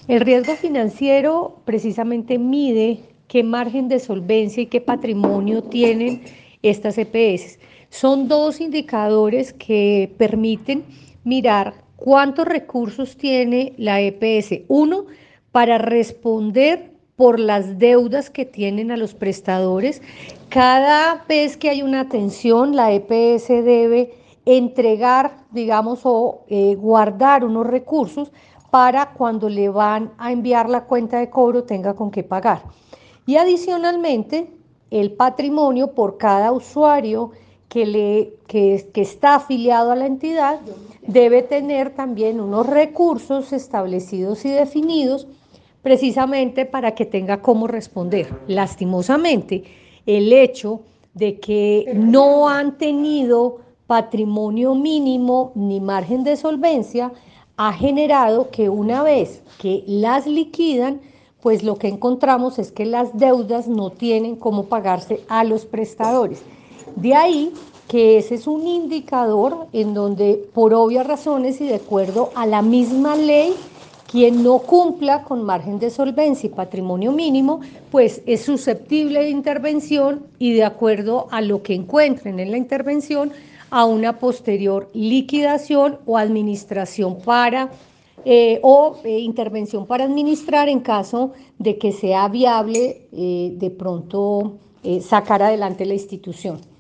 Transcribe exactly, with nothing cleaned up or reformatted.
El riesgo financiero precisamente mide qué margen de solvencia y qué patrimonio tienen estas E P S. Son dos indicadores que permiten mirar cuántos recursos tiene la E P S. Uno, para responder por las deudas que tienen a los prestadores. Cada vez que hay una atención, la E P S debe entregar, digamos, o eh, guardar unos recursos para cuando le van a enviar la cuenta de cobro tenga con qué pagar. Y adicionalmente, el patrimonio por cada usuario que, le, que, que está afiliado a la entidad debe tener también unos recursos establecidos y definidos precisamente para que tenga cómo responder. Lastimosamente, el hecho de que no han tenido patrimonio mínimo ni margen de solvencia ha generado que una vez que las liquidan, pues lo que encontramos es que las deudas no tienen cómo pagarse a los prestadores. De ahí que ese es un indicador en donde, por obvias razones y de acuerdo a la misma ley, quien no cumpla con margen de solvencia y patrimonio mínimo, pues es susceptible de intervención y de acuerdo a lo que encuentren en la intervención, a una posterior liquidación o administración para eh, o eh, intervención para administrar en caso de que sea viable eh, de pronto eh, sacar adelante la institución.